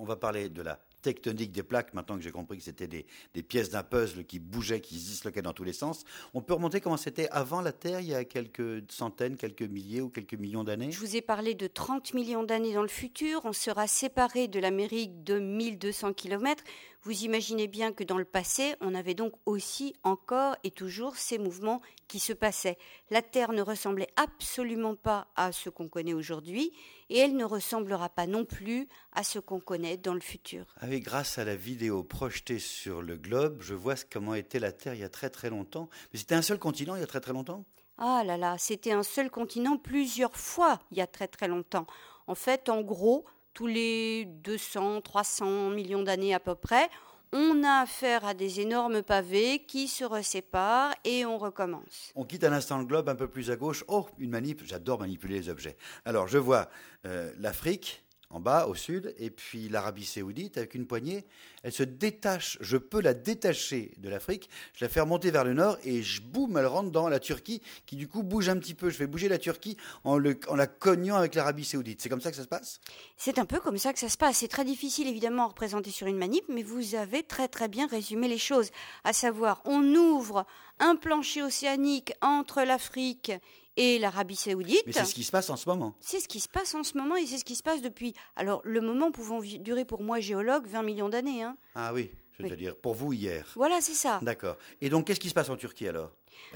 on va parler de la tectonique des plaques, maintenant que j'ai compris que c'était des pièces d'un puzzle qui bougeaient, qui se disloquaient dans tous les sens. On peut remonter comment c'était avant la Terre, il y a quelques centaines, quelques milliers ou quelques millions d'années? Je vous ai parlé de 30 millions d'années dans le futur. On sera séparés de l'Amérique de 1200 kilomètres. Vous imaginez bien que dans le passé, on avait donc aussi encore et toujours ces mouvements qui se passaient. La Terre ne ressemblait absolument pas à ce qu'on connaît aujourd'hui et elle ne ressemblera pas non plus à ce qu'on connaît dans le futur. Grâce à la vidéo projetée sur le globe, je vois comment était la Terre il y a très très longtemps. Mais c'était un seul continent il y a très très longtemps? Ah là là, c'était un seul continent plusieurs fois il y a très très longtemps. En fait, en gros, tous les 200, 300 millions d'années à peu près, on a affaire à des énormes pavés qui se reséparent et on recommence. On quitte un instant le globe un peu plus à gauche. Oh, une manip, j'adore manipuler les objets. Alors, je vois l'Afrique en bas, au sud, et puis l'Arabie Saoudite avec une poignée. Elle se détache, je peux la détacher de l'Afrique, je la fais remonter vers le nord et boum, elle rentre dans la Turquie qui du coup bouge un petit peu. Je fais bouger la Turquie en la cognant avec l'Arabie Saoudite. C'est comme ça que ça se passe? C'est un peu comme ça que ça se passe. C'est très difficile évidemment à représenter sur une manip, mais vous avez très très bien résumé les choses. À savoir, on ouvre un plancher océanique entre l'Afrique et l'Arabie Saoudite. Mais c'est ce qui se passe en ce moment. C'est ce qui se passe en ce moment et c'est ce qui se passe depuis, alors le moment pouvant durer pour moi, géologue, 20 millions d'années. Hein. Ah oui, c'est-à-dire pour vous hier. Voilà, c'est ça. D'accord. Et donc, qu'est-ce qui se passe en Turquie alors?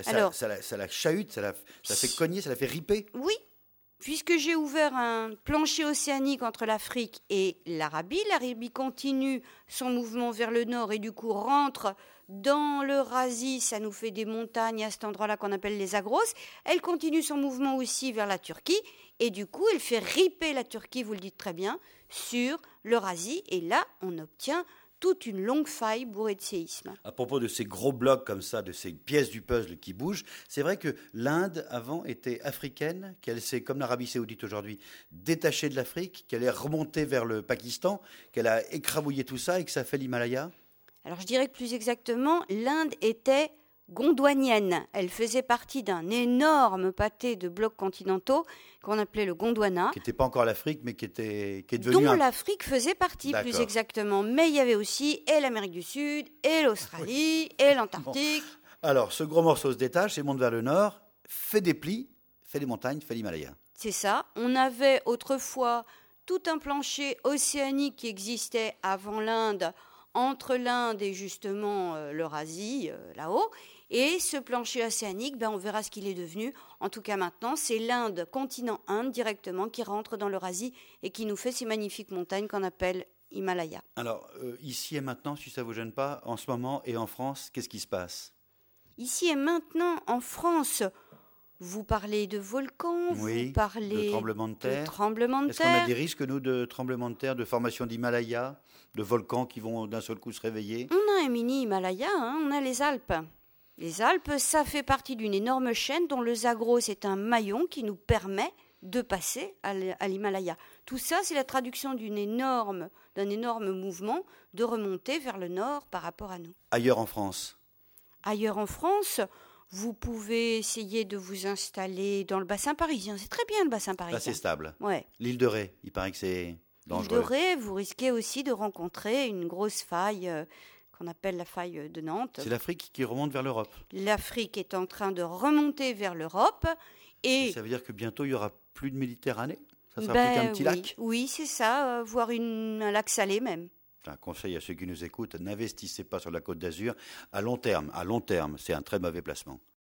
Ça la chahute, ça la fait cogner, ça la fait riper? Oui, puisque j'ai ouvert un plancher océanique entre l'Afrique et l'Arabie continue son mouvement vers le nord et du coup rentre dans l'Eurasie, ça nous fait des montagnes à cet endroit-là qu'on appelle les Zagros. Elle continue son mouvement aussi vers la Turquie et du coup, elle fait riper la Turquie, vous le dites très bien, sur l'Eurasie. Et là, on obtient toute une longue faille bourrée de séismes. À propos de ces gros blocs comme ça, de ces pièces du puzzle qui bougent, c'est vrai que l'Inde avant était africaine, qu'elle s'est, comme l'Arabie Saoudite aujourd'hui, détachée de l'Afrique, qu'elle est remontée vers le Pakistan, qu'elle a écrabouillé tout ça et que ça fait l'Himalaya? Alors je dirais que plus exactement, l'Inde était gondwanienne. Elle faisait partie d'un énorme pâté de blocs continentaux qu'on appelait le Gondwana. Qui n'était pas encore l'Afrique, mais qui est devenu dont l'Afrique faisait partie, plus exactement. Mais il y avait aussi et l'Amérique du Sud, et l'Australie, et l'Antarctique. Bon. Alors, ce gros morceau se détache et monte vers le nord, fait des plis, fait des montagnes, fait l'Himalaya. C'est ça. On avait autrefois tout un plancher océanique qui existait avant l'Inde, entre l'Inde et justement l'Eurasie, là-haut. Et ce plancher océanique, on verra ce qu'il est devenu. En tout cas maintenant, c'est l'Inde, continent Inde directement, qui rentre dans l'Eurasie et qui nous fait ces magnifiques montagnes qu'on appelle Himalaya. Alors, ici et maintenant, si ça ne vous gêne pas, en ce moment et en France, qu'est-ce qui se passe? Ici et maintenant, en France, vous parlez de volcans, oui, vous parlez de tremblements de terre. Est-ce qu'on a des risques, nous, de tremblements de terre, de formation d'Himalaya, de volcans qui vont d'un seul coup se réveiller? On a un mini-Himalaya, on a les Alpes. Les Alpes, ça fait partie d'une énorme chaîne dont le Zagros est un maillon qui nous permet de passer à l'Himalaya. Tout ça, c'est la traduction d'un énorme mouvement de remonter vers le nord par rapport à nous. Ailleurs en France? Ailleurs en France, vous pouvez essayer de vous installer dans le bassin parisien. C'est très bien le bassin parisien. C'est stable. Ouais. L'île de Ré, il paraît que c'est dangereux. L'île de Ré, vous risquez aussi de rencontrer une grosse faille qu'on appelle la faille de Nantes. C'est l'Afrique qui remonte vers l'Europe. L'Afrique est en train de remonter vers l'Europe. Et ça veut dire que bientôt, il n'y aura plus de Méditerranée? Ça sera plus qu'un petit lac? Oui, c'est ça, voire un lac salé même. Un conseil à ceux qui nous écoutent, n'investissez pas sur la Côte d'Azur à long terme. À long terme, c'est un très mauvais placement.